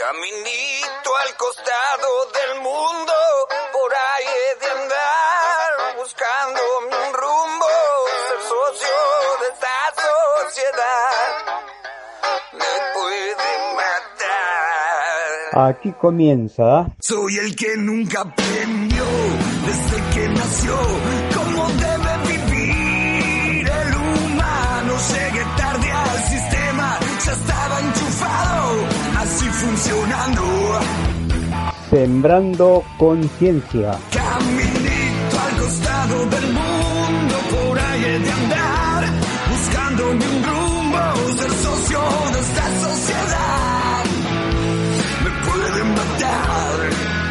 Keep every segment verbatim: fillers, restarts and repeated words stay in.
Caminito al costado del mundo, por ahí he de andar, buscando un rumbo, ser socio de esta sociedad, me puede matar. Aquí comienza. Soy el que nunca aprendió, desde que nació, cómo debe vivir el humano. Llegué tarde al sistema, ya estaba enchufado, así funcionando. Sembrando conciencia. Caminito al costado del mundo, por ahí he de andar, buscando un rumbo, ser socio de esta sociedad, me pueden matar.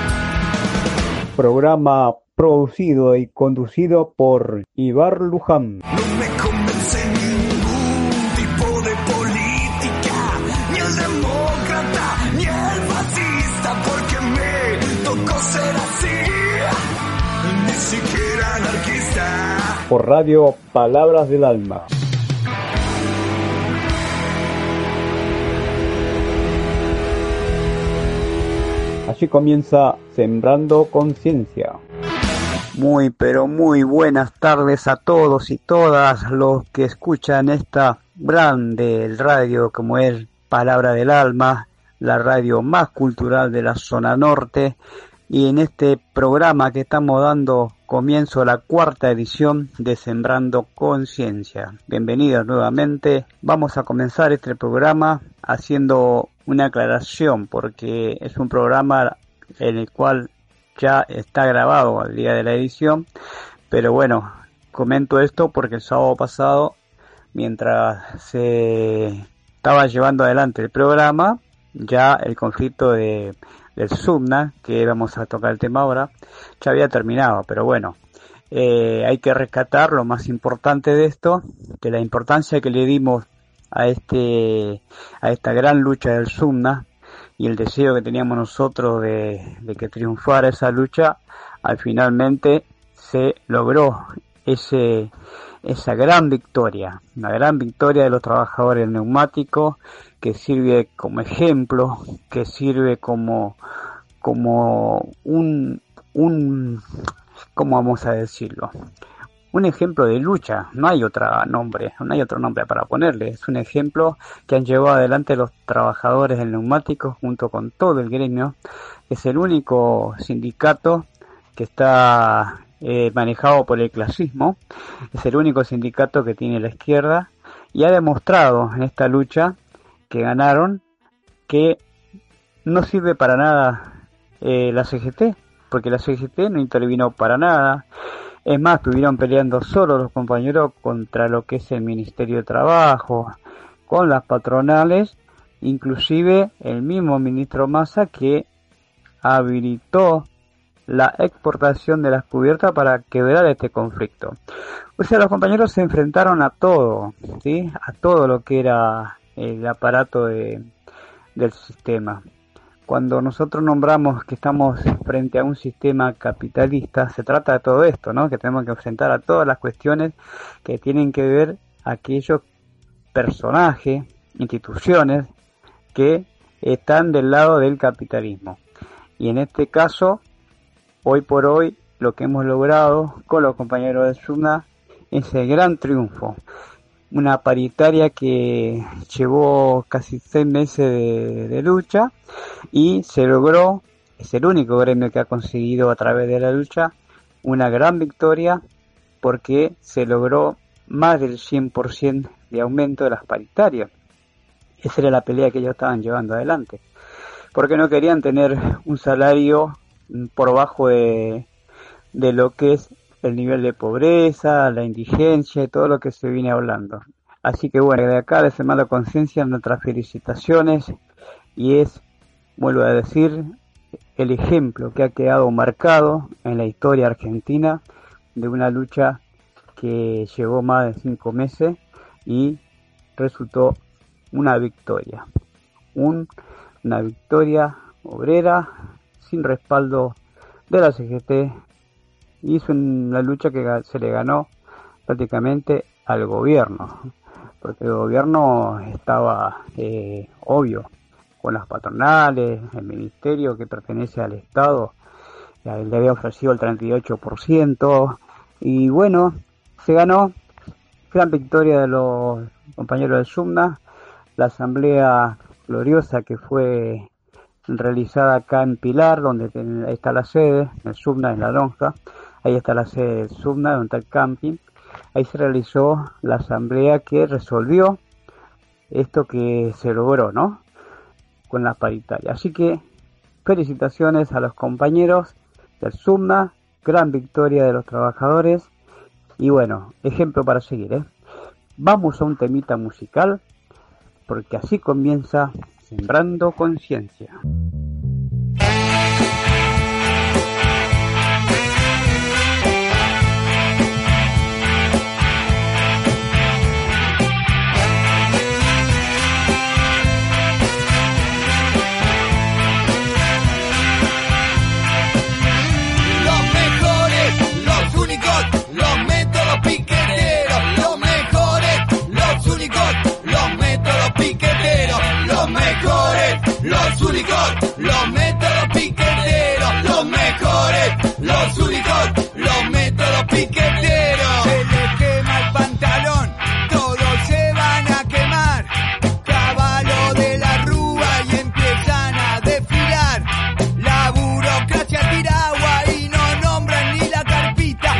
Programa producido y conducido por Ibar Luján. No me convence ningún tipo de política, ni el demócrata, ni el fascista, porque me tocó ser así, ni siquiera anarquista. Por Radio Palabras del Alma. Así comienza Sembrando Conciencia. Muy pero muy buenas tardes a todos y todas los que escuchan esta grande radio como es Palabra del Alma, la radio más cultural de la zona norte, y en este programa que estamos dando comienzo a la cuarta edición de Sembrando Conciencia. Bienvenidos nuevamente. Vamos a comenzar este programa haciendo una aclaración porque es un programa en el cual ya está grabado al día de la edición, pero bueno, comento esto porque el sábado pasado, mientras se estaba llevando adelante el programa, ya el conflicto de, del SUBNA, que vamos a tocar el tema ahora, ya había terminado, pero bueno, eh, hay que rescatar lo más importante de esto, de la importancia que le dimos a este a esta gran lucha del SUBNA y el deseo que teníamos nosotros de, de que triunfara esa lucha. Al finalmente se logró ese esa gran victoria, una gran victoria de los trabajadores neumáticos, que sirve como ejemplo, que sirve como como un un ¿cómo vamos a decirlo? Un ejemplo de lucha, no hay otro nombre, no hay otro nombre para ponerle, es un ejemplo que han llevado adelante los trabajadores del neumático junto con todo el gremio. Es el único sindicato que está eh, manejado por el clasismo, es el único sindicato que tiene la izquierda y ha demostrado en esta lucha que ganaron que no sirve para nada eh, la C G T, porque la C G T no intervino para nada. Es más, estuvieron peleando solo los compañeros contra lo que es el Ministerio de Trabajo, con las patronales, inclusive el mismo ministro Massa que habilitó la exportación de las cubiertas para quebrar este conflicto. O sea, los compañeros se enfrentaron a todo, ¿sí? A todo lo que era el aparato de, del sistema. Cuando nosotros nombramos que estamos frente a un sistema capitalista, se trata de todo esto, ¿no? Que tenemos que enfrentar a todas las cuestiones que tienen que ver a aquellos personajes, instituciones que están del lado del capitalismo. Y en este caso, hoy por hoy, lo que hemos logrado con los compañeros de SUBNA es el gran triunfo. Una paritaria que llevó casi seis meses de, de lucha y se logró, es el único gremio que ha conseguido a través de la lucha una gran victoria, porque se logró más del cien por ciento de aumento de las paritarias. Esa era la pelea que ellos estaban llevando adelante, porque no querían tener un salario por bajo de, de lo que es el nivel de pobreza, la indigencia y todo lo que se viene hablando. Así que bueno, de acá de Sembrando Conciencia nuestras felicitaciones, y es, vuelvo a decir, el ejemplo que ha quedado marcado en la historia argentina de una lucha que llevó más de cinco meses y resultó una victoria, un, una victoria obrera sin respaldo de la C G T. Y es una lucha que se le ganó prácticamente al gobierno, porque el gobierno estaba eh, obvio, con las patronales, el ministerio que pertenece al Estado, le había ofrecido el treinta y ocho por ciento, y bueno, se ganó, gran victoria de los compañeros del SUMNA, la asamblea gloriosa que fue realizada acá en Pilar, donde está la sede, el SUMNA en La Lonja, ahí está la sede del SUMNA, donde está el camping, ahí se realizó la asamblea que resolvió esto que se logró, ¿no?, con la paritaria. Así que felicitaciones a los compañeros del SUMNA, gran victoria de los trabajadores, y bueno, ejemplo para seguir, ¿eh? Vamos a un temita musical, porque así comienza Sembrando Conciencia. Los métodos piqueteros, los mejores, los únicos, los métodos piqueteros, los mejores, los únicos, los métodos piqueteros, los mejores, los únicos, los métodos piqueteros. Se les quema el pantalón, todos se van a quemar, caballo de la rúa y empiezan a desfilar, la burocracia tira agua y no nombran ni la carpita.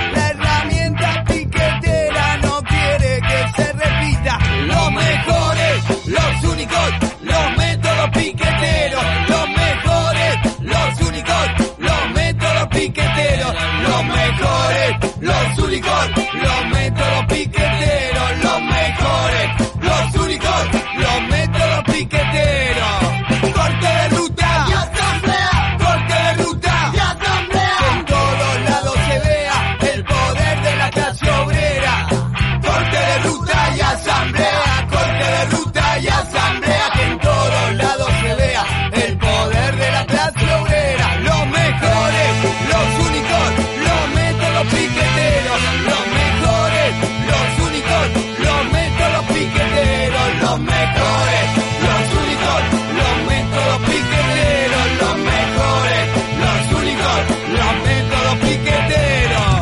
Los únicos, los métodos piqueteros, los mejores, los únicos, los métodos piqueteros, los mejores, los únicos, los métodos piqueteros, los mejores, los únicos, los métodos piqueteros. Corte de ruta y asamblea, corte de ruta y asamblea, que en todos lados se vea el poder de la clase obrera. Corte de ruta y asamblea, corte de ruta y asamblea, que en todos lados se vea el poder de la clase obrera. Los mejores, los únicos, los métodos piqueteros, los mejores, los únicos, los métodos piqueteros, los mejores, los únicos, los métodos piqueteros, los mejores, los únicos, los métodos piqueteros.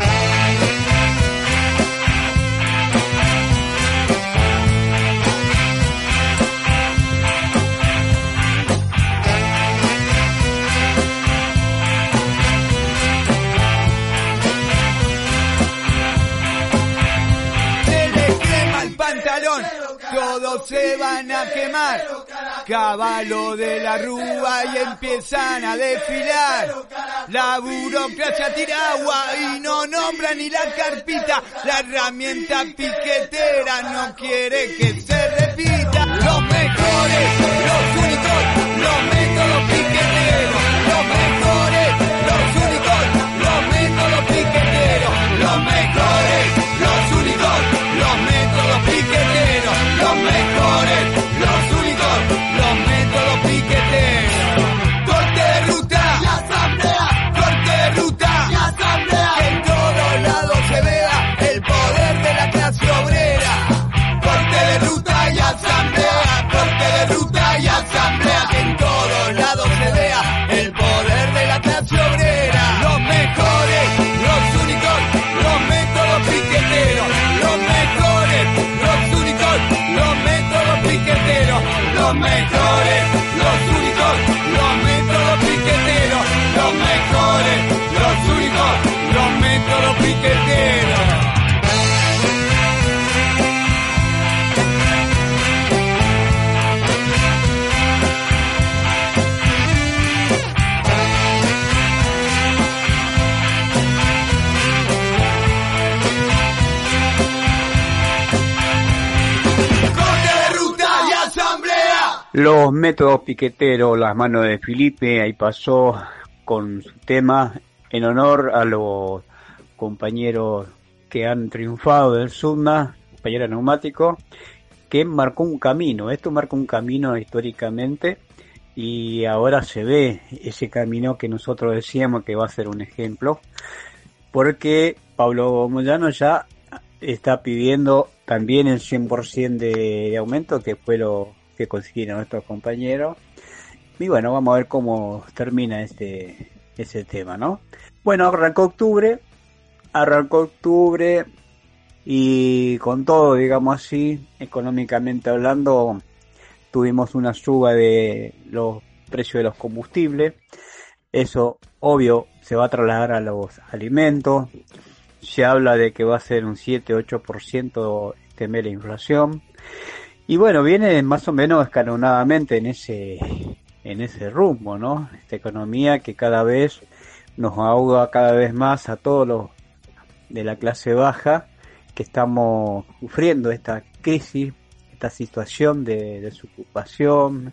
Todos se van a quemar, caballo de la rúa y empiezan a desfilar, la burocracia tira agua y no nombra ni la carpita, la herramienta piquetera no quiere que se repita. Los mejores, los únicos, los métodos piqueteros, los mejores, los únicos, los métodos piqueteros, los mejores, los únicos, los métodos piqueteros, los mejores, los únicos, los métodos piqueteros. Corte de ruta y asamblea, corte de ruta y asamblea, que en todos lados se vea el poder de la clase obrera. Corte de ruta y asamblea, corte de ruta y asamblea, que en todos lados se vea el poder de la clase obrera. Los mejores, los únicos, los métodos piqueteros, los mejores, los únicos, los métodos piqueteros, los mejores, los únicos, los métodos piqueteros, los mejores, los únicos, los métodos piqueteros. Los métodos piqueteros, las manos de Felipe, ahí pasó con su tema en honor a los compañeros que han triunfado del SUMNA, compañero neumático, que marcó un camino. Esto marca un camino históricamente y ahora se ve ese camino que nosotros decíamos que va a ser un ejemplo, porque Pablo Moyano ya está pidiendo también el cien por ciento de, de aumento, que fue lo que consiguieron nuestros compañeros. Y bueno, vamos a ver cómo termina este ese tema, ¿no? Bueno, arrancó octubre, arrancó octubre y con todo, digamos así, económicamente hablando, tuvimos una suba de los precios de los combustibles. Eso, obvio, se va a trasladar a los alimentos. Se habla de que va a ser un siete a ocho por ciento este mes la inflación. Y bueno, viene más o menos escalonadamente en ese en ese rumbo, ¿no? Esta economía que cada vez nos ahoga cada vez más a todos los de la clase baja que estamos sufriendo esta crisis, esta situación de desocupación,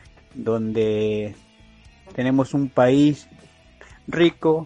donde tenemos un país rico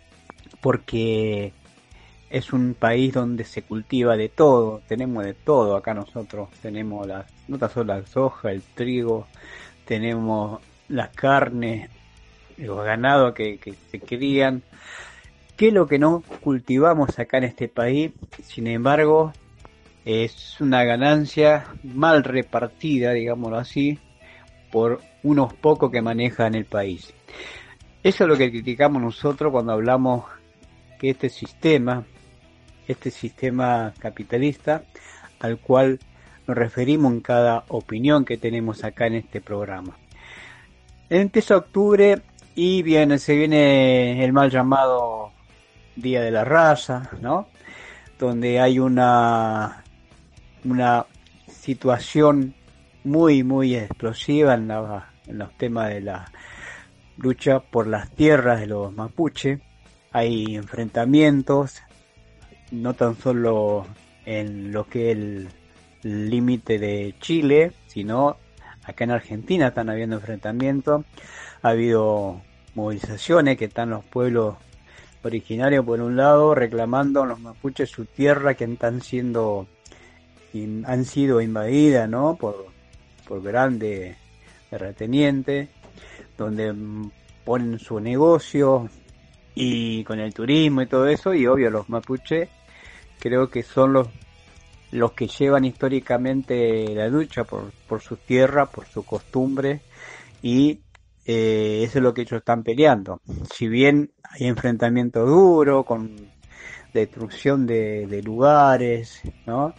porque es un país donde se cultiva de todo, tenemos de todo acá nosotros, tenemos las, no tan solo la soja, el trigo, tenemos las carnes, los ganados que, que se crían, que es lo que no cultivamos acá en este país. Sin embargo, es una ganancia mal repartida, digámoslo así, por unos pocos que manejan el país. Eso es lo que criticamos nosotros cuando hablamos que este sistema, este sistema capitalista, al cual nos referimos en cada opinión que tenemos acá en este programa. Empieza octubre y viene, se viene el mal llamado Día de la Raza, ¿no? Donde hay una una situación muy muy explosiva en, la, en los temas de la lucha por las tierras de los mapuche. Hay enfrentamientos, no tan solo en lo que es el límite de Chile, sino acá en Argentina están habiendo enfrentamientos. Ha habido movilizaciones que están los pueblos originarios por un lado reclamando a los mapuches su tierra que están siendo han sido invadidas, ¿no? por por grandes terratenientes, donde ponen su negocio y con el turismo y todo eso. Y obvio los mapuches creo que son los los que llevan históricamente la lucha por por su tierra, por su costumbre, y eh, eso es lo que ellos están peleando. Si bien hay enfrentamiento duro con destrucción de, de lugares, ¿no?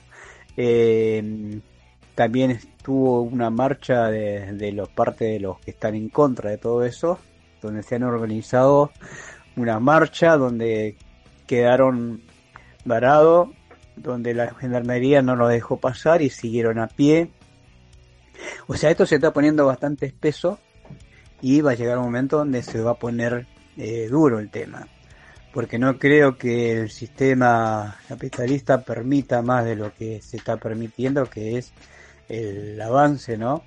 Eh, también estuvo una marcha de, de los parte de los que están en contra de todo eso, donde se han organizado una marcha donde quedaron varados, donde la gendarmería no los dejó pasar y siguieron a pie. O sea, esto se está poniendo bastante espeso y va a llegar un momento donde se va a poner eh, duro el tema, porque no creo que el sistema capitalista permita más de lo que se está permitiendo, que es el avance, ¿no?,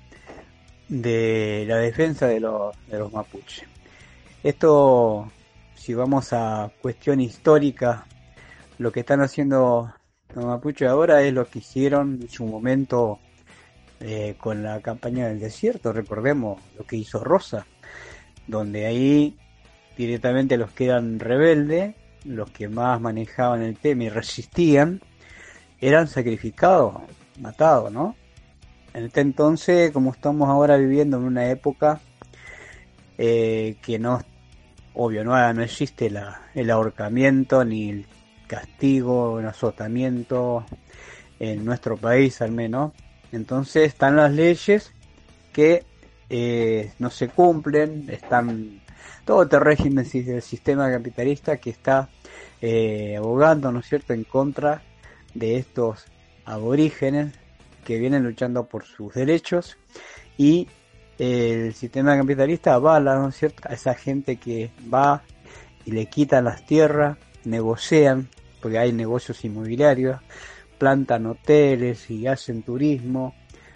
de la defensa de los, de los mapuches. Esto, si vamos a cuestión histórica, lo que están haciendo los mapuches ahora es lo que hicieron en su momento eh, con la campaña del desierto. Recordemos lo que hizo Rosa, donde ahí directamente los que eran rebeldes, los que más manejaban el tema y resistían, eran sacrificados, matados, ¿no? En este entonces, como estamos ahora viviendo en una época eh, que no, obvio, no, no existe la, el ahorcamiento ni el castigo, el azotamiento en nuestro país al menos. Entonces están las leyes que eh, no se cumplen, están todo este régimen del sistema capitalista que está eh, abogando, ¿no es cierto?, en contra de estos aborígenes que vienen luchando por sus derechos, y eh, el sistema capitalista avala, ¿no es cierto?, a esa gente que va y le quitan las tierras, negocian, porque hay negocios inmobiliarios, plantan hoteles y hacen turismo,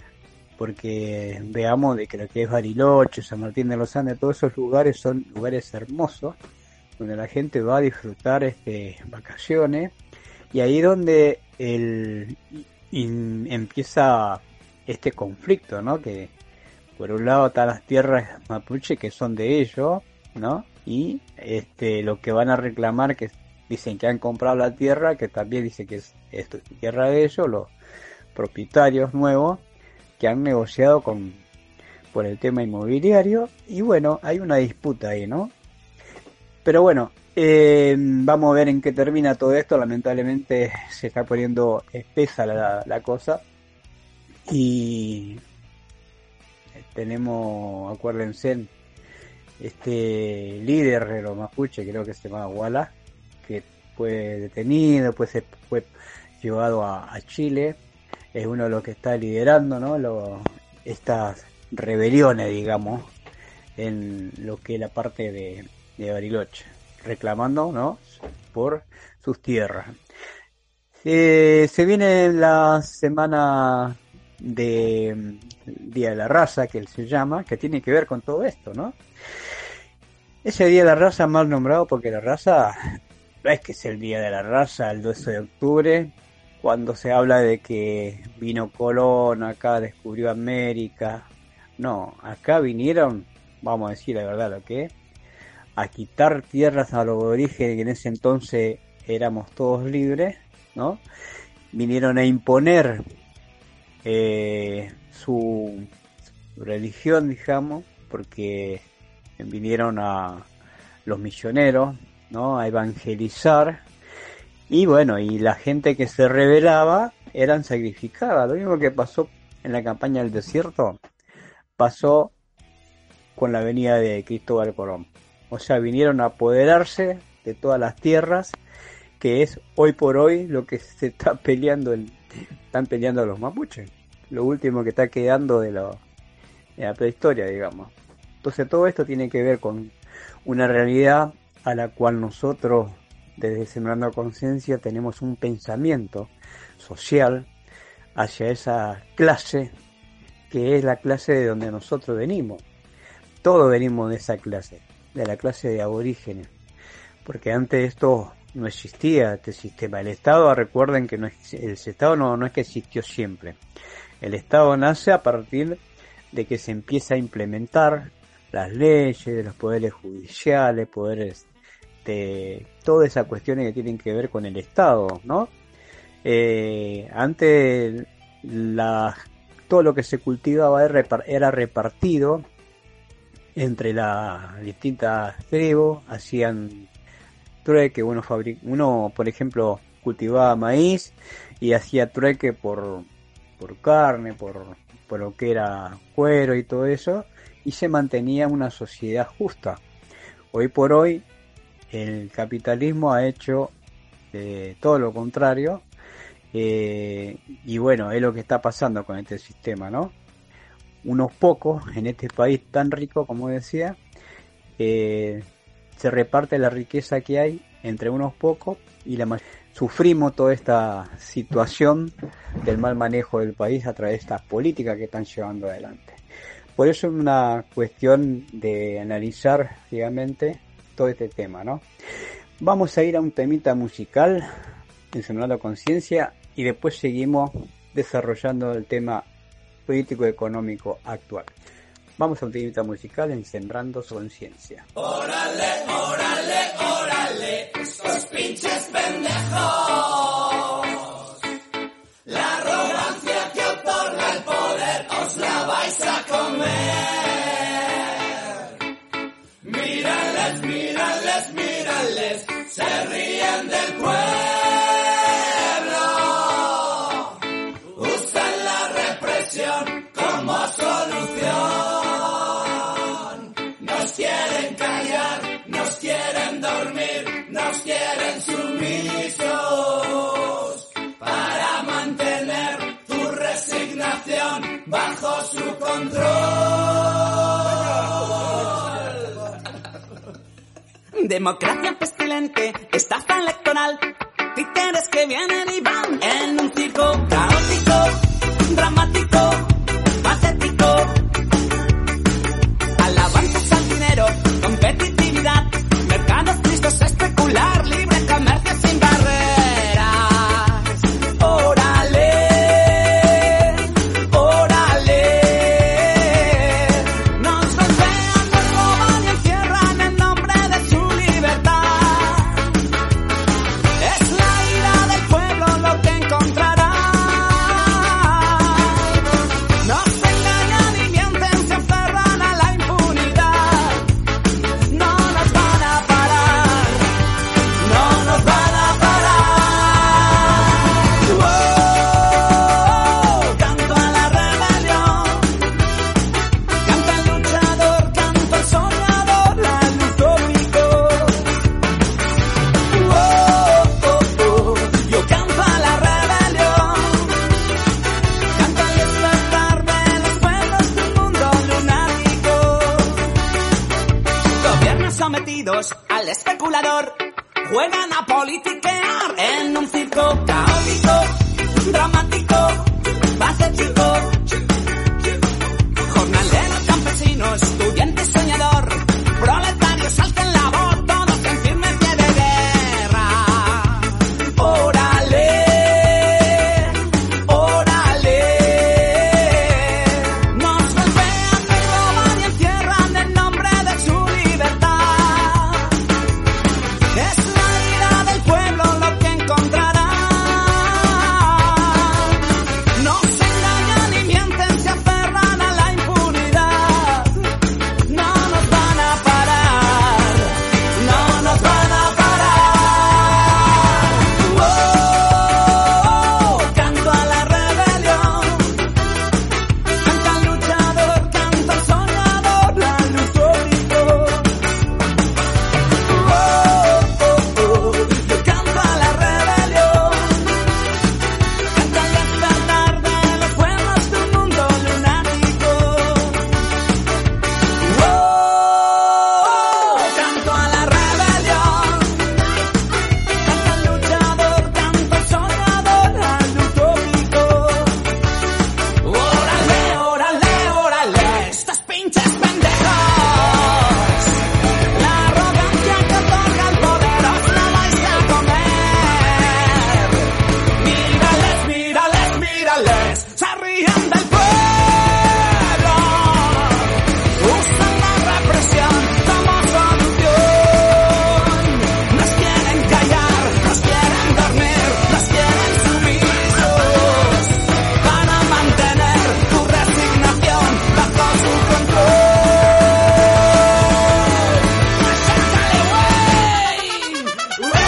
porque veamos de que lo que es Bariloche, San Martín de los Andes, todos esos lugares son lugares hermosos, donde la gente va a disfrutar este vacaciones, y ahí donde el in, empieza este conflicto, ¿no? Que por un lado están las tierras mapuche que son de ellos, ¿no? Y este lo que van a reclamar, que dicen que han comprado la tierra, que también dice que es, es tierra de ellos, los propietarios nuevos, que han negociado con por el tema inmobiliario, y bueno, hay una disputa ahí, ¿no? Pero bueno, eh, vamos a ver en qué termina todo esto. Lamentablemente se está poniendo espesa la, la cosa, y tenemos, acuérdense, este líder de los mapuches, creo que se llama Wala, que fue detenido, después se fue llevado a, a Chile, es uno de los que está liderando, ¿no? Lo, estas rebeliones, digamos, en lo que es la parte de, de Bariloche, reclamando, ¿no?, por sus tierras. Eh, se viene la semana de Día de la Raza, que se llama, que tiene que ver con todo esto, ¿no? Ese Día de la Raza mal nombrado, porque la raza no es que es el Día de la Raza, el doce de octubre, cuando se habla de que vino Colón acá, descubrió América. No, acá vinieron, vamos a decir la verdad lo que es, a quitar tierras a los aborígenes, que en ese entonces éramos todos libres, ¿no? Vinieron a imponer eh, su, su religión, digamos, porque vinieron a los misioneros, ¿no?, a evangelizar, y bueno, y la gente que se rebelaba eran sacrificadas. Lo mismo que pasó en la campaña del desierto pasó con la venida de Cristóbal Colón. O sea, vinieron a apoderarse de todas las tierras, que es hoy por hoy lo que se está peleando, el, están peleando los mapuches, lo último que está quedando de, lo, de la prehistoria, digamos. Entonces todo esto tiene que ver con una realidad a la cual nosotros, desde Sembrando Conciencia, tenemos un pensamiento social hacia esa clase, que es la clase de donde nosotros venimos. Todos venimos de esa clase, de la clase de aborígenes, porque antes esto no existía, este sistema. El Estado, recuerden que no es, el Estado no, no es que existió siempre. El Estado nace a partir de que se empieza a implementar las leyes, los poderes judiciales, poderes de todas esas cuestiones que tienen que ver con el Estado, ¿no? Eh, antes la, todo lo que se cultivaba era repartido entre las distintas tribus, hacían trueque, uno, fabric, uno por ejemplo cultivaba maíz y hacía trueque por, por carne, por, por lo que era cuero y todo eso, y se mantenía una sociedad justa. Hoy por hoy el capitalismo ha hecho eh, todo lo contrario, eh, y bueno, es lo que está pasando con este sistema, ¿no? Unos pocos en este país tan rico, como decía, eh, se reparte la riqueza que hay entre unos pocos, y la mayoría sufrimos toda esta situación del mal manejo del país a través de estas políticas que están llevando adelante. Por eso es una cuestión de analizar fijamente todo este tema, ¿no? Vamos a ir a un temita musical en Sembrando Conciencia, y después seguimos desarrollando el tema político económico actual. Vamos a un temita musical en Sembrando Conciencia. Órale, órale, órale, estos pinches pendejos. La arrogancia que otorga el poder os la vais a comer. Mírales, mírales, mírales, se ríen del pueblo. Usan la represión como solución. Nos quieren callar, nos quieren dormir, nos quieren sumisos para mantener tu resignación bajo su control. Democracia pestilente, estafa electoral, títeres que vienen y van en un circo caótico, dramático, patético. Alabanzas al dinero, competitividad, mercados tristes, especular, libre comercio sin barreras. Órale, órale, nos golpean, nos roban y encierran en nombre de su libertad. Es la ira del pueblo lo que encontrará. partidos al especulador. Juegan a politiquear en un circo caótico, dramático, patético. Jornalero, campesino, estudiante, soñador, proletario, salta en la voz, todos en firme pie de guerra. Órale, órale. Nos golpean, nos roban y encierran en nombre de su libertad. Es la ira del pueblo lo que encontrará. No se engañan ni mienten, se aferran a la impunidad. No nos van a parar, no nos van a parar. Oh, canto a la rebelión, canta el luchador, canta el soñador, la luz gritó. Oh, oh, oh, yo canto a la rebelión, canta el despertar de los pueblos de un mundo lunático. Oh, canto a la rebelión, canta el luchador, canta el soñador, al utópico. Órale, órale, órale, estos pinches pendejos. La arrogancia que otorga el poder os la vais a comer. Mírales, mírales, mírales, se ríen del pueblo. Usan la represión como solución. Nos quieren callar, nos quieren dormir, nos quieren sumisos. Van a mantener tu resignación bajo su control. ¡Acércale, güey! ¡Güey!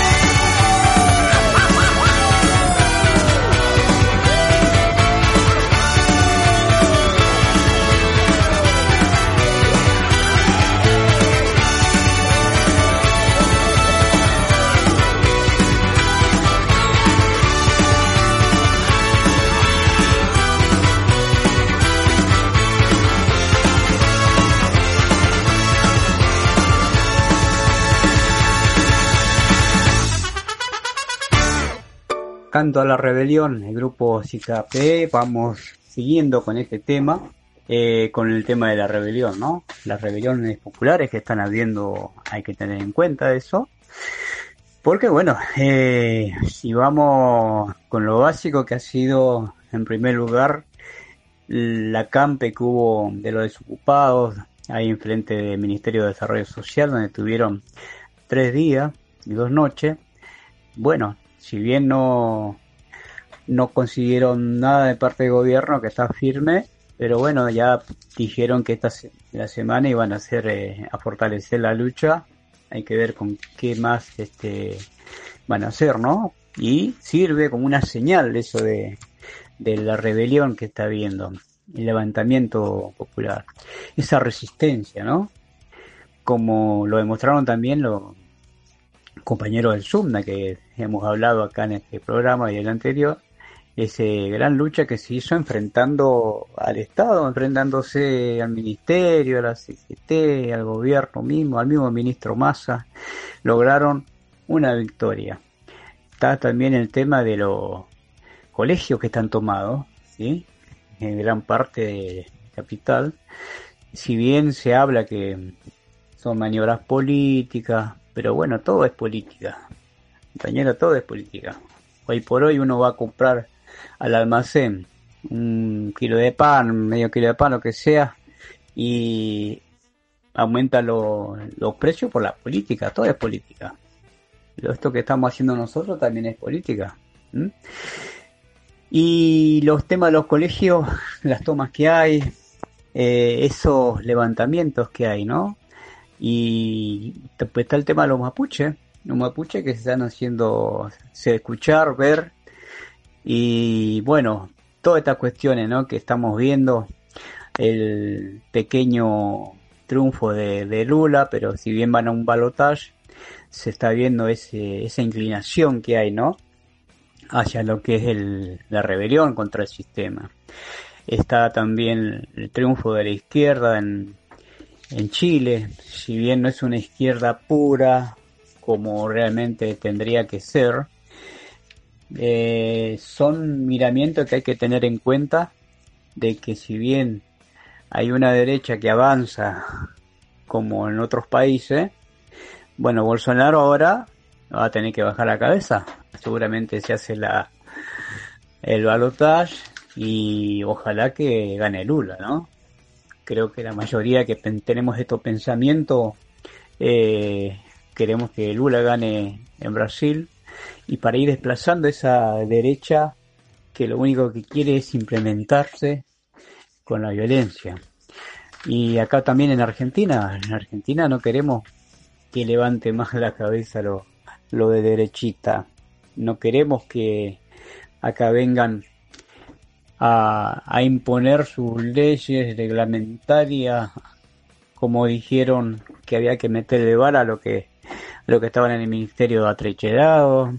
Canto a la rebelión, el grupo C K P. Vamos siguiendo con este tema, eh, con el tema de la rebelión, ¿no? Las rebeliones populares que están habiendo, hay que tener en cuenta eso. Porque bueno, eh, si vamos con lo básico que ha sido, en primer lugar, la acampe que hubo de los desocupados, ahí enfrente del Ministerio de Desarrollo Social, donde tuvieron tres días y dos noches. Bueno, si bien no, no consiguieron nada de parte del gobierno, que está firme, pero bueno, ya dijeron que esta se- la semana iban a hacer, eh, a fortalecer la lucha. Hay que ver con qué más este van a hacer, ¿no? Y sirve como una señal eso de, de la rebelión que está habiendo, el levantamiento popular, esa resistencia, ¿no? Como lo demostraron también los compañeros del SUMNA, que hemos hablado acá en este programa y el anterior, ese gran lucha que se hizo enfrentando al Estado, enfrentándose al Ministerio, a la C G T, al gobierno mismo, al mismo ministro Massa. Lograron una victoria. Está también el tema de los colegios que están tomados, ¿sí? En gran parte de capital. Si bien se habla que son maniobras políticas, pero bueno, todo es política. Compañero, todo es política. Hoy por hoy uno va a comprar al almacén un kilo de pan, medio kilo de pan, lo que sea, y aumenta lo- los precios por la política. Todo es política. Lo- Esto que estamos haciendo nosotros también es política. ¿m? Y los temas de los colegios, las tomas que hay, eh, esos levantamientos que hay, ¿no? Y después está el tema de los mapuches, los mapuches que se están haciendo se escuchar, ver, y bueno, todas estas cuestiones, ¿no? Que estamos viendo, el pequeño triunfo de, de Lula, pero si bien van a un balotaje, se está viendo ese, esa inclinación que hay, ¿no? Hacia lo que es el, la rebelión contra el sistema. Está también el triunfo de la izquierda en, en Chile, si bien no es una izquierda pura como realmente tendría que ser, eh, son miramientos que hay que tener en cuenta, de que si bien hay una derecha que avanza como en otros países, bueno, Bolsonaro ahora va a tener que bajar la cabeza, seguramente se hace la el balotaje y ojalá que gane Lula, ¿no? Creo que la mayoría que pen- tenemos estos pensamientos eh, queremos que Lula gane en Brasil, y para ir desplazando esa derecha que lo único que quiere es implementarse con la violencia. Y acá también en Argentina, en Argentina no queremos que levante más la cabeza lo, lo de derechita, no queremos que acá vengan a, a imponer sus leyes reglamentarias, como dijeron que había que meterle vara a lo que, a lo que estaban en el ministerio de atrincherado,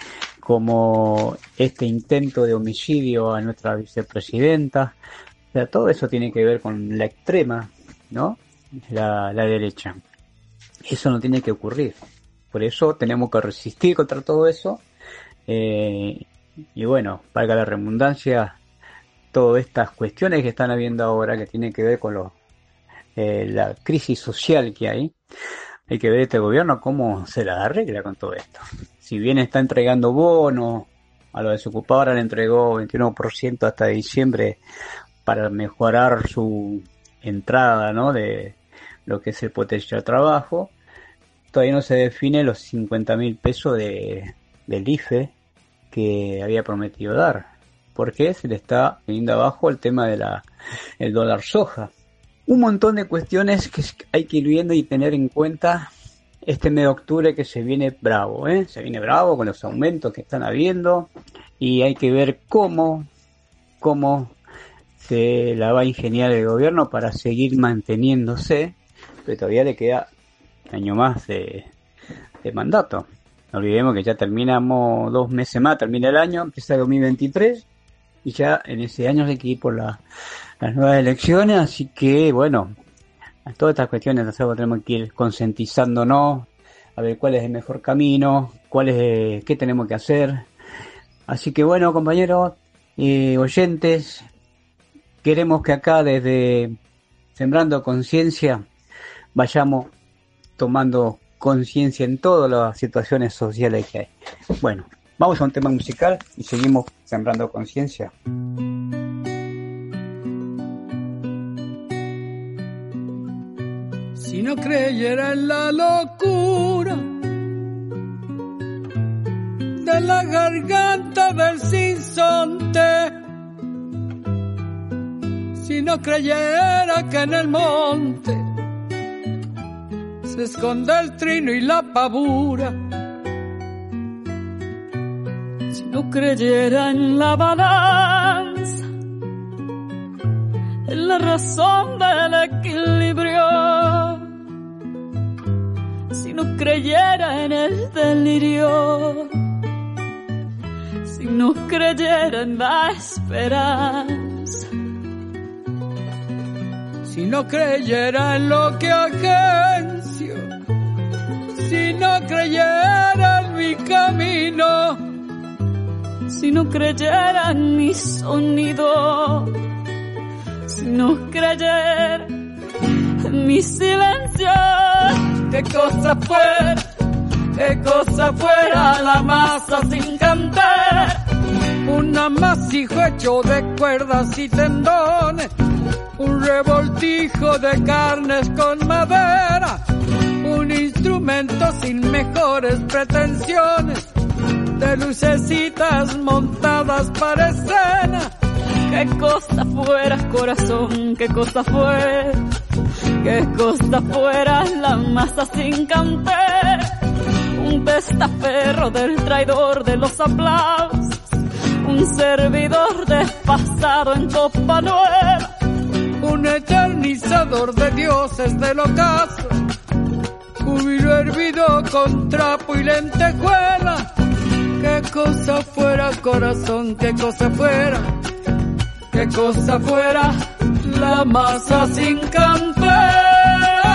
como este intento de homicidio a nuestra vicepresidenta. O sea, todo eso tiene que ver con la extrema, ¿no? La, la derecha. Eso no tiene que ocurrir. Por eso tenemos que resistir contra todo eso. Eh, y bueno, valga la redundancia, todas estas cuestiones que están habiendo ahora que tienen que ver con los, eh, la crisis social que hay, hay que ver este gobierno cómo se la arregla con todo esto. Si bien está entregando bonos, a los desocupados ahora le entregó veintiuno por ciento hasta diciembre para mejorar su entrada, ¿no?, de lo que es el potencial trabajo, todavía no se define los cincuenta mil pesos de, del I F E que había prometido dar, porque se le está viniendo abajo el tema de la el dólar soja. Un montón de cuestiones que hay que ir viendo y tener en cuenta este mes de octubre, que se viene bravo, ¿eh? Se viene bravo con los aumentos que están habiendo, y hay que ver cómo, cómo se la va a ingeniar el gobierno para seguir manteniéndose, pero todavía le queda un año más de, de mandato. No olvidemos que ya terminamos dos meses más, termina el año, empieza el dos mil veintitrés, y ya en ese año hay que ir por la, las nuevas elecciones, así que bueno, a todas estas cuestiones nosotros tenemos que ir concientizándonos, a ver cuál es el mejor camino, cuál es, qué tenemos que hacer. Así que bueno, compañeros y oyentes, queremos que acá desde Sembrando Conciencia vayamos tomando conciencia en todas las situaciones sociales que hay. Bueno, vamos a un tema musical y seguimos Sembrando Conciencia. Si no creyera en la locura de la garganta del sinsonte, si no creyera que en el monte se esconde el trino y la pavura, si no creyera en la balanza, en la razón del equilibrio, si no creyera en el delirio, si no creyera en la esperanza, si no creyera en lo que agencio, si no creyera en mi camino, si no creyera en mi sonido, si no creyera en mi silencio, qué cosa fuera, qué cosa fuera la masa sin cantar, un amasijo hecho de cuerdas y tendones, un revoltijo de carnes con madera, un instrumento sin mejores pretensiones, de lucecitas montadas para escena. Qué cosa fuera, corazón, qué cosa fuera, qué cosa fuera la masa sin cantar, un testaferro del traidor de los aplausos, un servidor despasado en copa nueva, un eternizador de dioses del ocaso, júbilo hervido con trapo y lentejuela. Qué cosa fuera, corazón, qué cosa fuera, qué cosa fuera la masa sin cantar.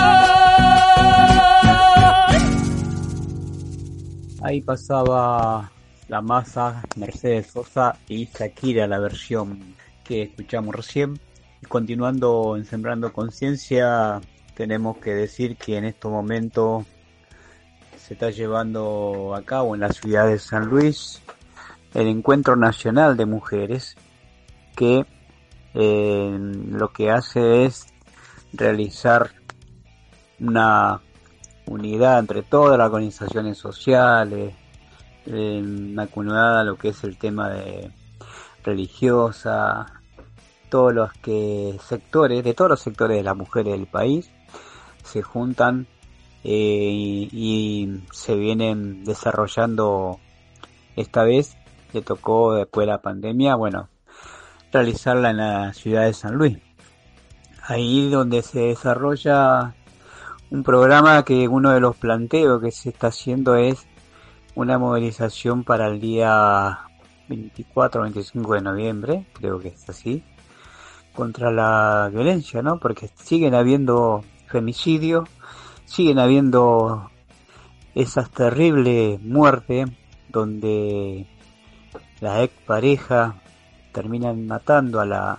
Ahí pasaba La Masa, Mercedes Sosa y Shakira, la versión que escuchamos recién. Y continuando en Sembrando Conciencia, tenemos que decir que en estos momentos se está llevando a cabo en la ciudad de San Luis el Encuentro Nacional de Mujeres, que eh, lo que hace es realizar una unidad entre todas las organizaciones sociales, eh, acumulada a lo que es el tema de religiosa, todos los que sectores, de todos los sectores de las mujeres del país, se juntan eh, y, y se vienen desarrollando. Esta vez le tocó, después de la pandemia, bueno, realizarla en la ciudad de San Luis. Ahí donde se desarrolla un programa que uno de los planteos que se está haciendo es una movilización para el día veinticuatro o veinticinco de noviembre, creo que es así, contra la violencia, ¿no? Porque siguen habiendo femicidios, siguen habiendo esas terribles muertes donde la expareja terminan matando a la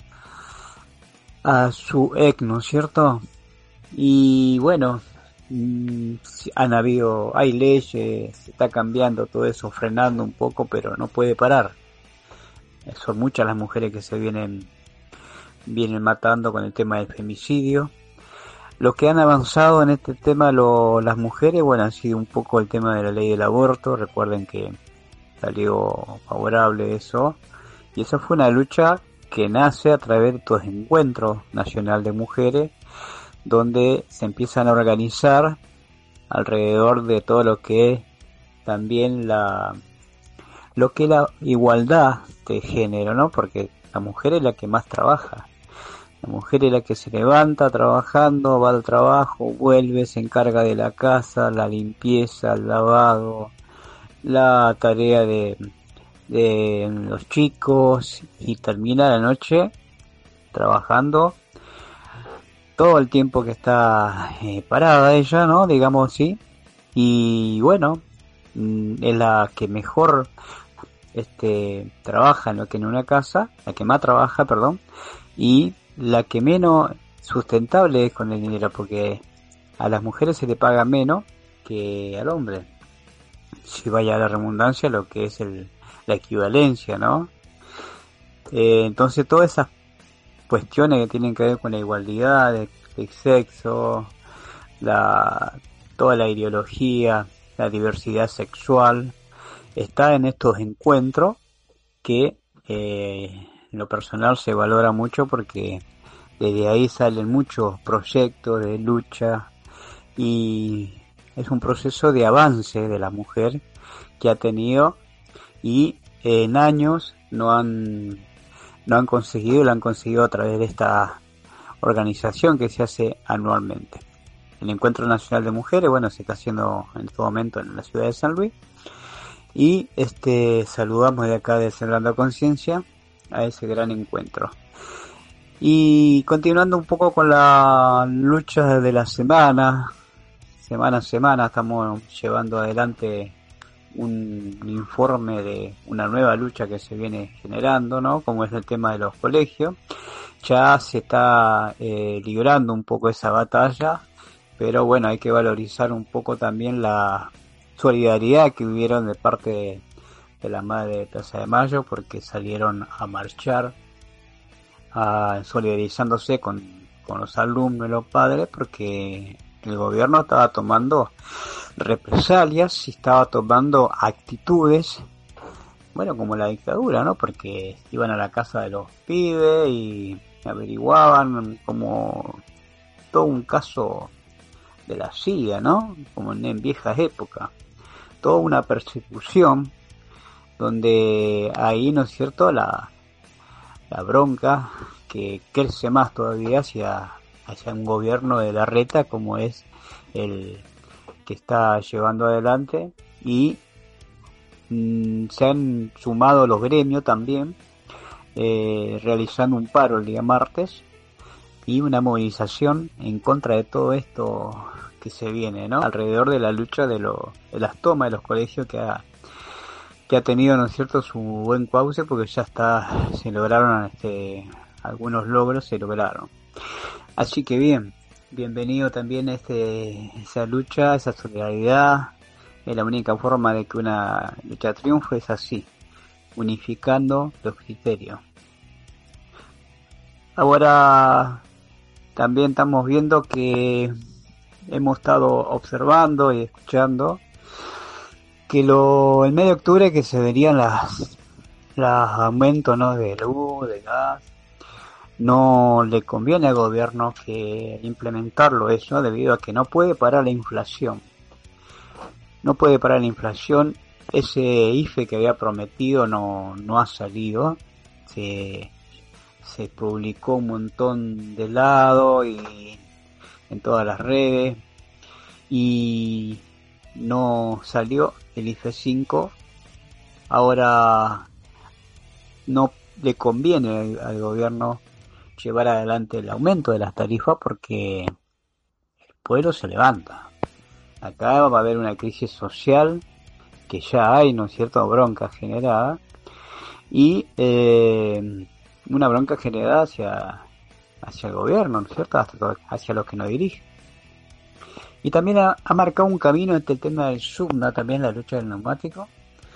a su ex, ¿no es cierto? Y bueno, mmm, han habido, hay leyes, se está cambiando todo eso, frenando un poco, pero no puede parar. Son muchas las mujeres que se vienen vienen matando con el tema del femicidio. Los que han avanzado en este tema, lo, las mujeres, bueno, han sido un poco el tema de la ley del aborto. Recuerden que salió favorable eso, y eso fue una lucha que nace a través de estos encuentros nacional de mujeres, donde se empiezan a organizar alrededor de todo lo que es también la lo que es la igualdad de género, ¿no? Porque la mujer es la que más trabaja. La mujer es la que se levanta trabajando, va al trabajo, vuelve, se encarga de la casa, la limpieza, el lavado, la tarea de, de los chicos, y termina la noche trabajando todo el tiempo que está eh, parada ella, ¿no? Digamos así. Y bueno, es la que mejor este trabaja en lo que en una casa, la que más trabaja, perdón, y la que menos sustentable es con el dinero, porque a las mujeres se le paga menos que al hombre, si vaya a la redundancia, lo que es el, la equivalencia, ¿no? Eh, entonces todas esas cuestiones que tienen que ver con la igualdad de, de sexo, la toda la ideología, la diversidad sexual, está en estos encuentros que eh, en lo personal se valora mucho, porque desde ahí salen muchos proyectos de lucha, y es un proceso de avance de la mujer que ha tenido, y en años no han no han conseguido, lo han conseguido a través de esta organización que se hace anualmente. El Encuentro Nacional de Mujeres, bueno, se está haciendo en este momento en la ciudad de San Luis, y este saludamos de acá de Sembrando Conciencia a ese gran encuentro. Y continuando un poco con la lucha de la semana, semana a semana estamos llevando adelante un informe de una nueva lucha que se viene generando, ¿no? Como es el tema de los colegios. Ya se está eh, librando un poco esa batalla, pero bueno, hay que valorizar un poco también la solidaridad que hubieron de parte de, de la madre de Plaza de Mayo, porque salieron a marchar, a, solidarizándose con, con los alumnos y los padres, porque el gobierno estaba tomando represalias y estaba tomando actitudes, bueno, como la dictadura, ¿no? Porque iban a la casa de los pibes y averiguaban, como todo un caso de la C I A, ¿no? Como en, en viejas épocas, toda una persecución, donde ahí, ¿no es cierto?, la, la bronca que crece más todavía hacia, hacia un gobierno de Larreta, como es el que está llevando adelante, y mmm, se han sumado los gremios también, eh, realizando un paro el día martes y una movilización en contra de todo esto que se viene, ¿no? Alrededor de la lucha de, lo, de las tomas de los colegios que ha, que ha tenido, ¿no es cierto?, su buen cauce, porque ya está, se lograron este, algunos logros, se lograron. Así que bien, bienvenido también a este, esa lucha, esa solidaridad. Es la única forma de que una lucha triunfe, es así, unificando los criterios. Ahora también estamos viendo que hemos estado observando y escuchando que lo, el mes de octubre que se verían las, los aumentos, ¿no?, de luz, de gas, no le conviene al gobierno que implementarlo eso, debido a que no puede parar la inflación. No puede parar la inflación. Ese I F E que había prometido no, no ha salido. Se, se publicó un montón de lado y en todas las redes y no salió el I F E cinco. Ahora no le conviene al, al gobierno llevar adelante el aumento de las tarifas porque el pueblo se levanta. Acá va a haber una crisis social que ya hay, ¿no es cierto?, bronca generada y eh, una bronca generada hacia hacia el gobierno, ¿no es cierto?, hasta hacia los que nos dirigen. Y también ha, ha marcado un camino este tema del SUBNA, también la lucha del neumático,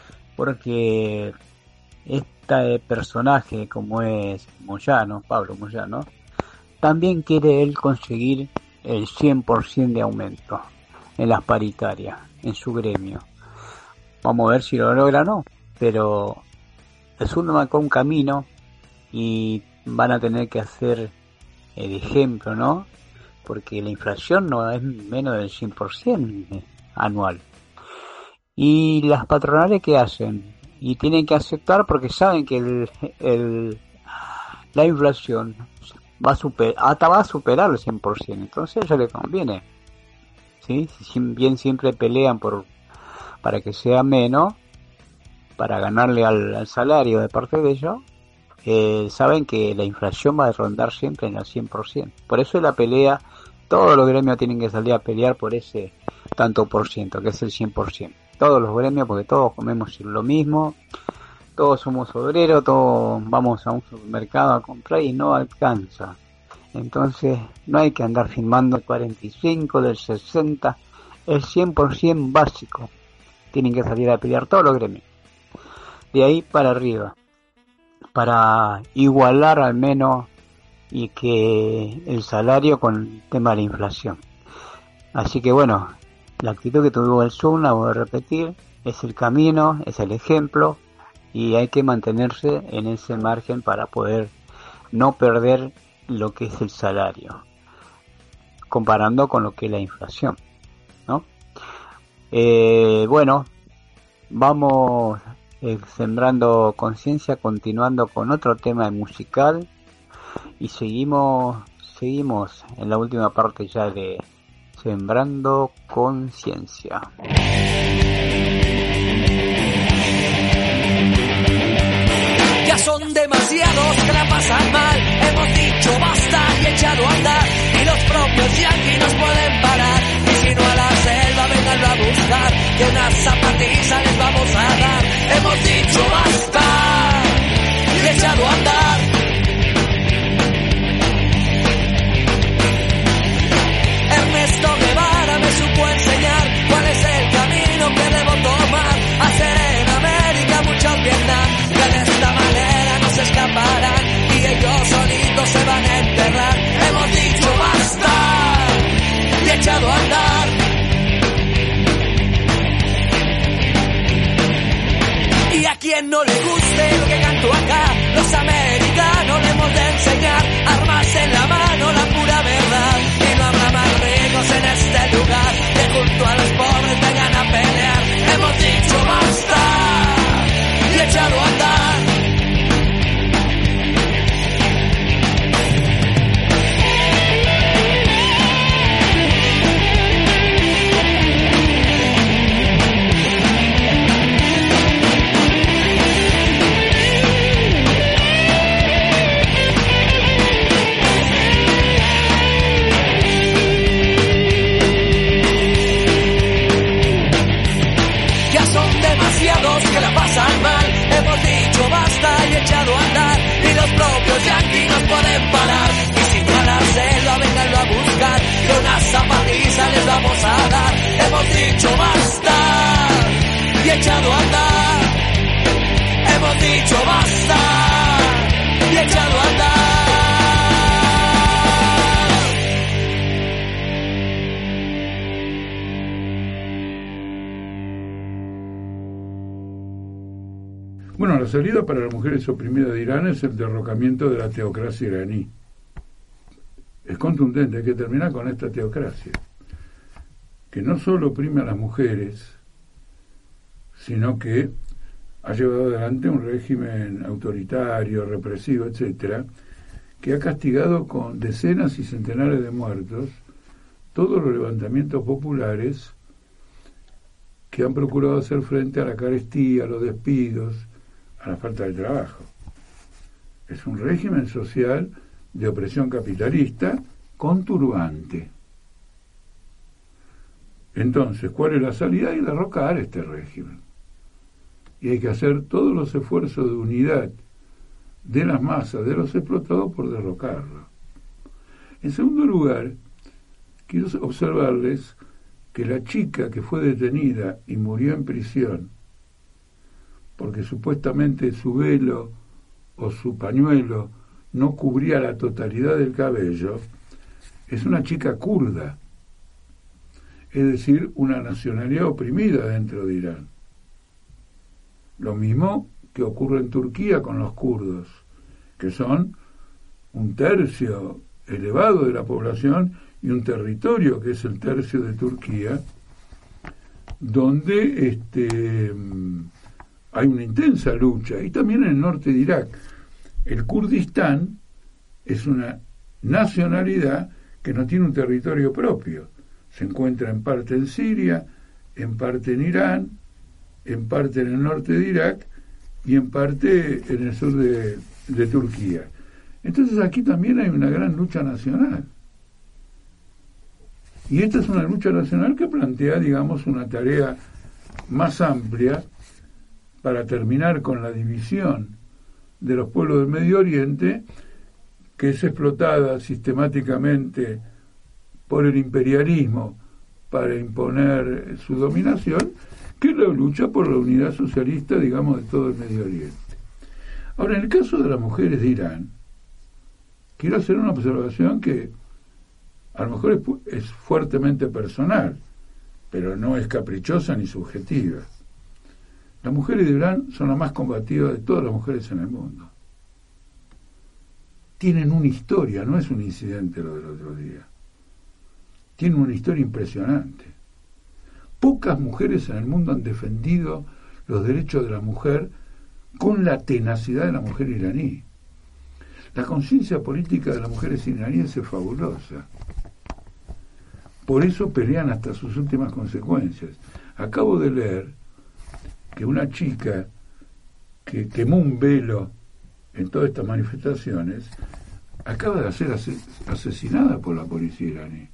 porque este personaje como es Moyano, Pablo Moyano, también quiere él conseguir el cien por ciento de aumento en las paritarias, en su gremio. Vamos a ver si lo logra o no, pero el SUBNA marcó un camino y van a tener que hacer el ejemplo, ¿no? Porque la inflación no es menos del cien por ciento anual. Y las patronales, ¿qué hacen? Y tienen que aceptar porque saben que el, el la inflación va a super, hasta va a superar el cien por ciento. Entonces a ellos les conviene, ¿sí? Si bien siempre pelean por para que sea menos, para ganarle al, al salario de parte de ellos, eh, saben que la inflación va a rondar siempre en el cien por ciento. Por eso la pelea, todos los gremios tienen que salir a pelear por ese tanto por ciento, que es el cien por ciento. Todos los gremios, porque todos comemos lo mismo, todos somos obreros, todos vamos a un supermercado a comprar y no alcanza. Entonces no hay que andar firmando el cuarenta y cinco, del sesenta, el cien por ciento básico. Tienen que salir a pelear todos los gremios. De ahí para arriba, para igualar al menos y que el salario con el tema de la inflación. Así que bueno, la actitud que tuvo el SUBNA, voy a repetir, es el camino, es el ejemplo y hay que mantenerse en ese margen para poder no perder lo que es el salario, comparando con lo que es la inflación, ¿no? Eh, bueno, vamos eh, sembrando conciencia, continuando con otro tema musical y seguimos, seguimos en la última parte ya de Sembrando Conciencia. Ya son demasiados que la pasan mal, hemos dicho basta y echado a andar, y los propios yanquis nos pueden parar, y si no a la selva venganlo a buscar, que unas zapatillas les vamos a dar, hemos dicho basta y echado a andar. Ernesto Guevara me supo enseñar cuál es el camino que debo tomar, hacer en América mucho Vietnam, que de esta manera no se escaparán y ellos solitos se van a enterrar. Hemos dicho basta y echado a andar. Y a quien no le guste lo que canto acá, los americanos le hemos de enseñar armas en la mano, la pura verdad. Y no habrá más ricos en este lugar que junto a los pobres vengan a pelear. Hemos dicho basta y echado a andar. vamos a dar. Hemos dicho basta y echado a andar. Hemos dicho basta y echado a andar. Bueno, la salida para las mujeres oprimidas de Irán es el derrocamiento de la teocracia iraní. Es contundente, hay que terminar con esta teocracia, que no solo oprime a las mujeres, sino que ha llevado adelante un régimen autoritario, represivo, etcétera, que ha castigado con decenas y centenares de muertos todos los levantamientos populares que han procurado hacer frente a la carestía, a los despidos, a la falta de trabajo. Es un régimen social de opresión capitalista conturbante. Entonces, ¿cuál es la salida? Hay que derrocar este régimen. Y hay que hacer todos los esfuerzos de unidad de las masas, de los explotados, por derrocarlo. En segundo lugar, quiero observarles que la chica que fue detenida y murió en prisión porque supuestamente su velo o su pañuelo no cubría la totalidad del cabello, es una chica kurda, es decir, una nacionalidad oprimida dentro de Irán. Lo mismo que ocurre en Turquía con los kurdos, que son un tercio elevado de la población y un territorio que es el tercio de Turquía, donde este, hay una intensa lucha, y también en el norte de Irak. El Kurdistán es una nacionalidad que no tiene un territorio propio, se encuentra en parte en Siria, en parte en Irán, en parte en el norte de Irak y en parte en el sur de, de Turquía. Entonces aquí también hay una gran lucha nacional. Y esta es una lucha nacional que plantea, digamos, una tarea más amplia para terminar con la división de los pueblos del Medio Oriente, que es explotada sistemáticamente por el imperialismo para imponer su dominación, que es la lucha por la unidad socialista, digamos, de todo el Medio Oriente. Ahora, en el caso de las mujeres de Irán, quiero hacer una observación que a lo mejor es, es fuertemente personal, pero no es caprichosa ni subjetiva. Las mujeres de Irán son las más combativas de todas las mujeres en el mundo. Tienen una historia, no es un incidente lo del otro día. Tienen una historia impresionante. Pocas mujeres en el mundo han defendido los derechos de la mujer con la tenacidad de la mujer iraní. La conciencia política de las mujeres iraníes es fabulosa. Por eso pelean hasta sus últimas consecuencias. Acabo de leer que una chica que quemó un velo en todas estas manifestaciones acaba de ser asesinada por la policía iraní.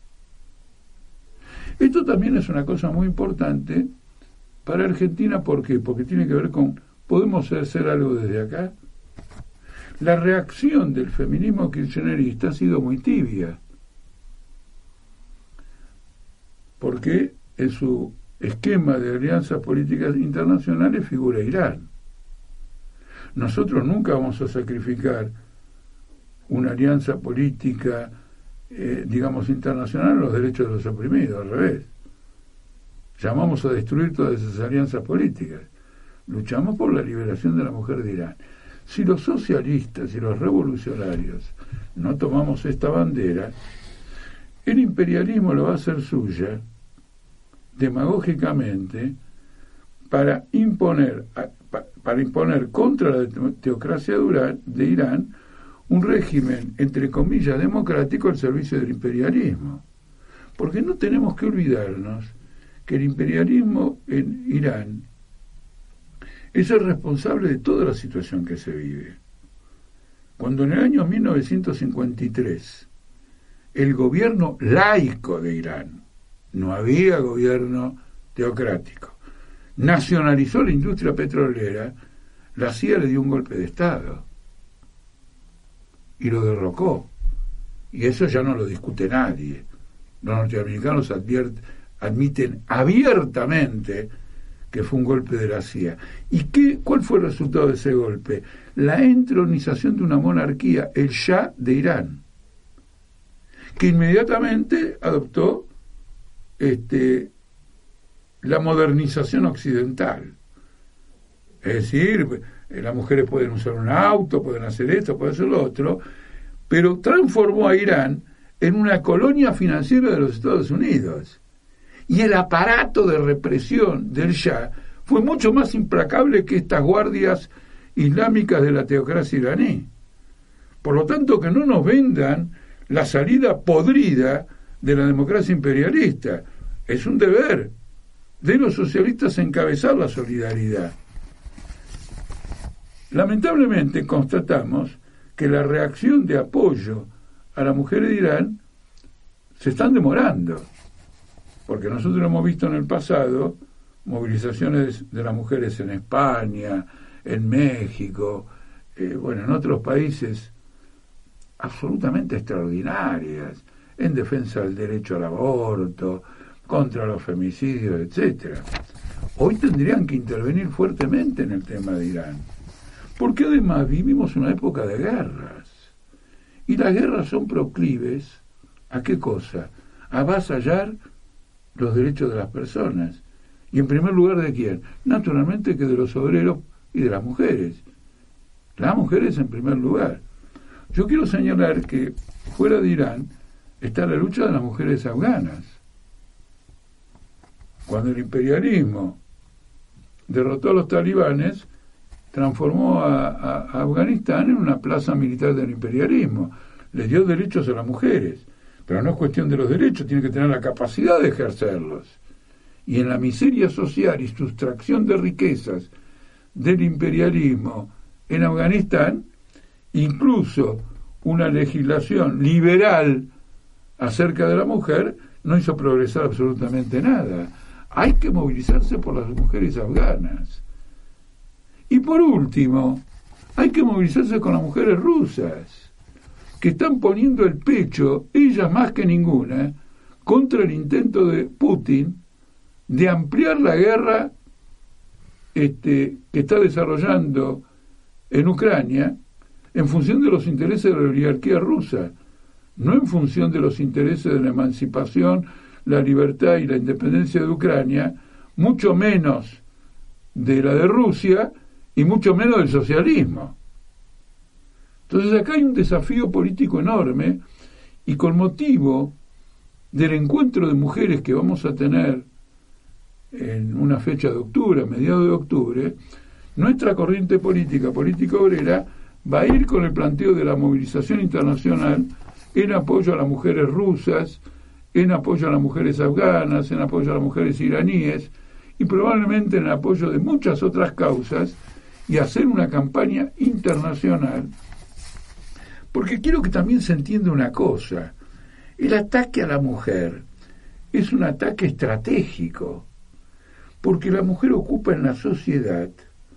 Esto también es una cosa muy importante para Argentina. ¿Por qué? Porque tiene que ver con, ¿podemos hacer algo desde acá? La reacción del feminismo kirchnerista ha sido muy tibia, porque en su esquema de alianzas políticas internacionales figura Irán. Nosotros nunca vamos a sacrificar una alianza política, eh, digamos, internacional a los derechos de los oprimidos, al revés. Llamamos a destruir todas esas alianzas políticas. Luchamos por la liberación de la mujer de Irán. Si los socialistas y los revolucionarios no tomamos esta bandera, el imperialismo lo va a hacer suya demagógicamente para imponer para imponer contra la teocracia de Irán un régimen, entre comillas, democrático al servicio del imperialismo. Porque no tenemos que olvidarnos que el imperialismo en Irán es el responsable de toda la situación que se vive. Cuando en el año mil novecientos cincuenta y tres el gobierno laico de Irán, no había gobierno teocrático, nacionalizó la industria petrolera, la C I A le dio un golpe de Estado y lo derrocó. Y eso ya no lo discute nadie. Los norteamericanos adviert, admiten abiertamente que fue un golpe de la C I A. ¿Y qué, cuál fue el resultado de ese golpe? La entronización de una monarquía, el Shah de Irán, que inmediatamente adoptó este, la modernización occidental. Es decir, las mujeres pueden usar un auto, pueden hacer esto, pueden hacer lo otro, pero transformó a Irán en una colonia financiera de los Estados Unidos. Y el aparato de represión del Shah fue mucho más implacable que estas guardias islámicas de la teocracia iraní. Por lo tanto, que no nos vendan la salida podrida de la democracia imperialista. Es un deber de los socialistas encabezar la solidaridad. Lamentablemente constatamos que la reacción de apoyo a la mujer de Irán se están demorando, porque nosotros hemos visto en el pasado movilizaciones de las mujeres en España, en México, eh, bueno, en otros países absolutamente extraordinarias, en defensa del derecho al aborto, contra los femicidios, etcétera. Hoy tendrían que intervenir fuertemente en el tema de Irán, porque además vivimos una época de guerras, y las guerras son proclives ¿a qué cosa? A avasallar los derechos de las personas. Y en primer lugar, ¿de quién? Naturalmente que de los obreros y de las mujeres. Las mujeres en primer lugar. Yo quiero señalar que fuera de Irán está la lucha de las mujeres afganas. Cuando el imperialismo derrotó a los talibanes, transformó a, a, a Afganistán en una plaza militar del imperialismo. Le dio derechos a las mujeres. Pero no es cuestión de los derechos, tiene que tener la capacidad de ejercerlos. Y en la miseria social y sustracción de riquezas del imperialismo en Afganistán, incluso una legislación liberal acerca de la mujer no hizo progresar absolutamente nada. Hay que movilizarse por las mujeres afganas. Y por último, hay que movilizarse con las mujeres rusas, que están poniendo el pecho, ellas más que ninguna, contra el intento de Putin de ampliar la guerra este, que está desarrollando en Ucrania en función de los intereses de la oligarquía rusa, no en función de los intereses de la emancipación, la libertad y la independencia de Ucrania, mucho menos de la de Rusia y mucho menos del socialismo. Entonces acá hay un desafío político enorme, y con motivo del encuentro de mujeres que vamos a tener en una fecha de octubre, a mediados de octubre, nuestra corriente política, política obrera, va a ir con el planteo de la movilización internacional en apoyo a las mujeres rusas, en apoyo a las mujeres afganas, en apoyo a las mujeres iraníes, y probablemente en apoyo de muchas otras causas, y hacer una campaña internacional. Porque quiero que también se entienda una cosa: el ataque a la mujer es un ataque estratégico, porque la mujer ocupa en la sociedad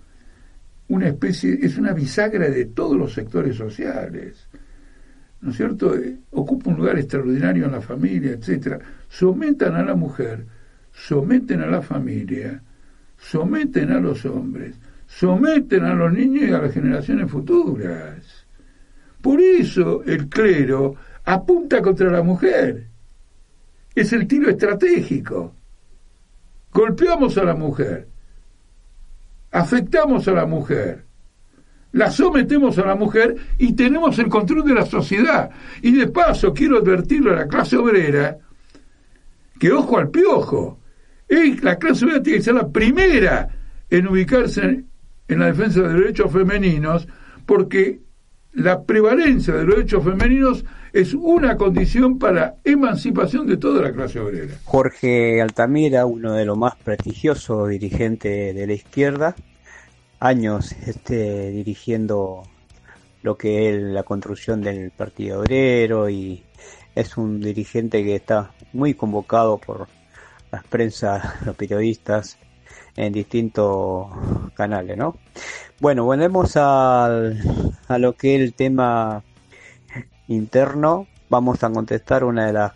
una especie, es una bisagra de todos los sectores sociales, ¿no es cierto? Ocupa un lugar extraordinario en la familia, etcétera. Sometan a la mujer, someten a la familia, someten a los hombres, someten a los niños y a las generaciones futuras. Por eso el clero apunta contra la mujer. Es el tiro estratégico. Golpeamos a la mujer, afectamos a la mujer, la sometemos a la mujer y tenemos el control de la sociedad. Y de paso quiero advertirle a la clase obrera que ojo al piojo. Es, la clase obrera tiene que ser la primera en ubicarse en, en la defensa de los derechos femeninos, porque la prevalencia de los derechos femeninos es una condición para la emancipación de toda la clase obrera. Jorge Altamira, uno de los más prestigiosos dirigentes de la izquierda, años este, dirigiendo lo que es la construcción del Partido Obrero, y es un dirigente que está muy convocado por las prensas, los periodistas en distintos canales, ¿no? Bueno, volvemos al, a lo que es el tema interno. Vamos a contestar una de las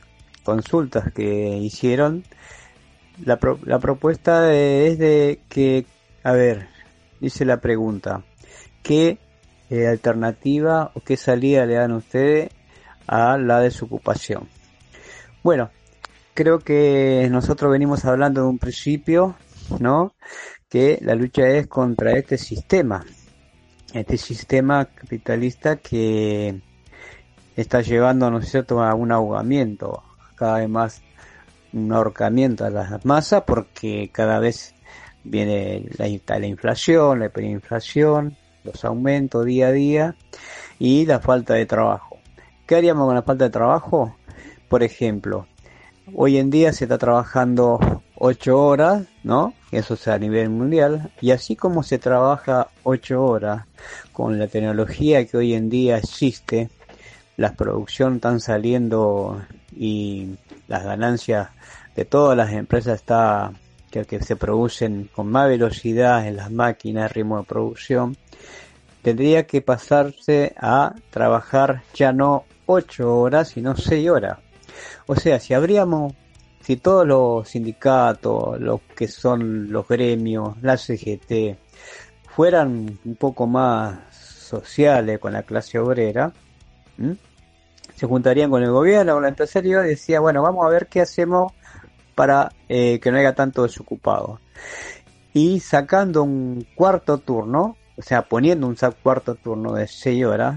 consultas que hicieron, la, pro, la propuesta de, es de que, a ver, dice la pregunta, ¿qué eh, alternativa o qué salida le dan ustedes a la desocupación? Bueno, creo que nosotros venimos hablando de un principio, ¿no? Que la lucha es contra este sistema, este sistema capitalista que está llevando, ¿no es cierto?, a un ahogamiento, cada vez más un ahorcamiento a las masas, porque cada vez viene la, la inflación, la hiperinflación, los aumentos día a día y la falta de trabajo. ¿Qué haríamos con la falta de trabajo? Por ejemplo, hoy en día se está trabajando ocho horas, ¿no? Eso es a nivel mundial. Y así como se trabaja ocho horas con la tecnología que hoy en día existe, las producciones están saliendo y las ganancias de todas las empresas está que, que se producen con más velocidad en las máquinas, ritmo de producción, tendría que pasarse a trabajar ya no ocho horas, sino seis horas. O sea, si habríamos, si todos los sindicatos, los que son los gremios, la C G T, fueran un poco más sociales con la clase obrera, ¿m? se juntarían con el gobierno, con el empresario y decía, bueno, vamos a ver qué hacemos para eh, que no haya tanto desocupado. Y sacando un cuarto turno, o sea, poniendo un cuarto turno de seis horas,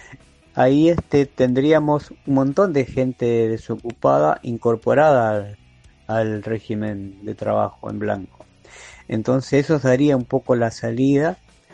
ahí este tendríamos un montón de gente desocupada incorporada al, al régimen de trabajo en blanco. Entonces eso daría un poco la salida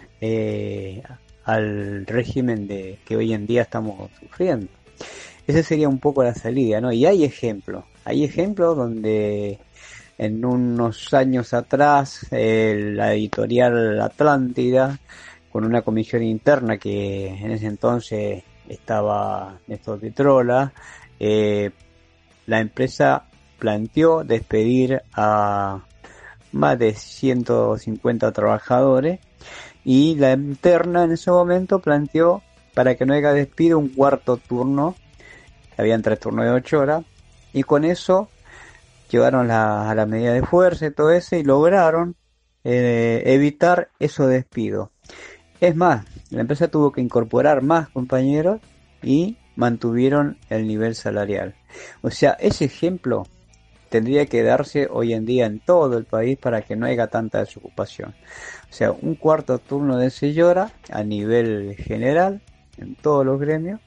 eh, al régimen de que hoy en día estamos sufriendo. Esa sería un poco la salida, ¿no? Y hay ejemplos, hay ejemplos donde en unos años atrás eh, la editorial Atlántida, con una comisión interna que en ese entonces estaba Néstor Petrola, eh, la empresa planteó despedir a más de ciento cincuenta trabajadores y la interna en ese momento planteó para que no haya despido un cuarto turno, habían tres turnos de ocho horas, y con eso llevaron la, a la medida de fuerza y todo eso y lograron eh, evitar esos despidos. Es más, la empresa tuvo que incorporar más compañeros y mantuvieron el nivel salarial. O sea, ese ejemplo tendría que darse hoy en día en todo el país para que no haya tanta desocupación. O sea, un cuarto turno de seis horas a nivel general en todos los gremios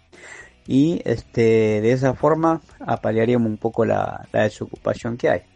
y este de esa forma apalearíamos un poco la, la desocupación que hay.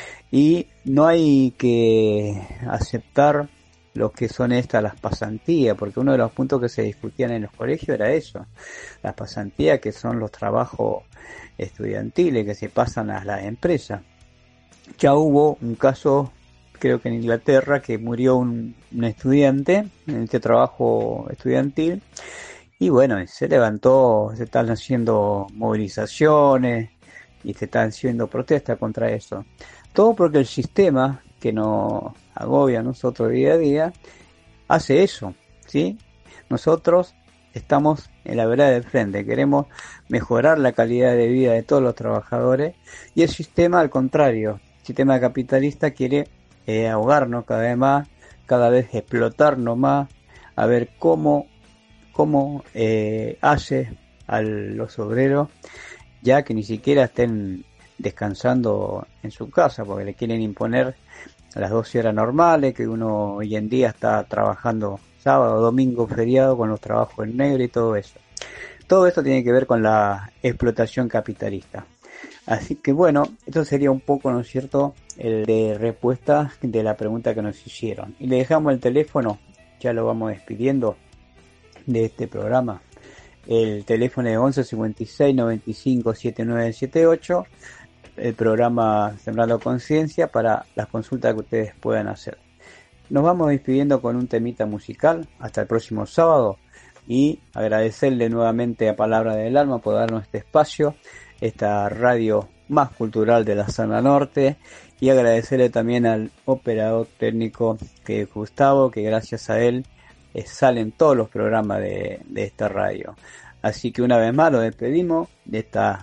Y no hay que aceptar lo que son estas las pasantías, porque uno de los puntos que se discutían en los colegios era eso, las pasantías, que son los trabajos estudiantiles que se pasan a las empresas. Ya hubo un caso, creo que en Inglaterra, que murió un, un estudiante en este trabajo estudiantil y bueno, se levantó, se están haciendo movilizaciones y se están haciendo protestas contra eso. Todo porque el sistema que nos agobia a nosotros día a día hace eso, ¿sí? Nosotros estamos en la vereda del frente, queremos mejorar la calidad de vida de todos los trabajadores y el sistema al contrario, el sistema capitalista quiere eh, ahogarnos cada vez más, cada vez explotarnos más, a ver cómo, cómo eh, hace a los obreros ya que ni siquiera estén descansando en su casa porque le quieren imponer las doce horas normales, que uno hoy en día está trabajando sábado, domingo, feriado, con los trabajos en negro y todo eso. Todo esto tiene que ver con la explotación capitalista. Así que bueno, esto sería un poco, ¿no es cierto?, el de respuesta de la pregunta que nos hicieron. Y le dejamos el teléfono, ya lo vamos despidiendo de este programa. El teléfono es once cincuenta y seis noventa y cinco setenta y nueve setenta y ocho. El programa Sembrando Conciencia para las consultas que ustedes puedan hacer. Nos vamos despidiendo con un temita musical hasta el próximo sábado y agradecerle nuevamente a Palabra del Alma por darnos este espacio, esta radio más cultural de la zona norte, y agradecerle también al operador técnico que es Gustavo, que gracias a él eh, salen todos los programas de, de esta radio. Así que una vez más lo despedimos de esta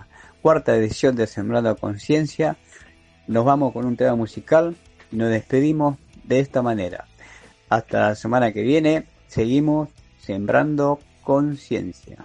cuarta edición de Sembrando Conciencia. Nos vamos con un tema musical y nos despedimos de esta manera. Hasta la semana que viene, seguimos Sembrando Conciencia.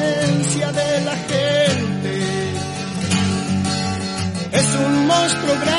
Es un monstruo grande.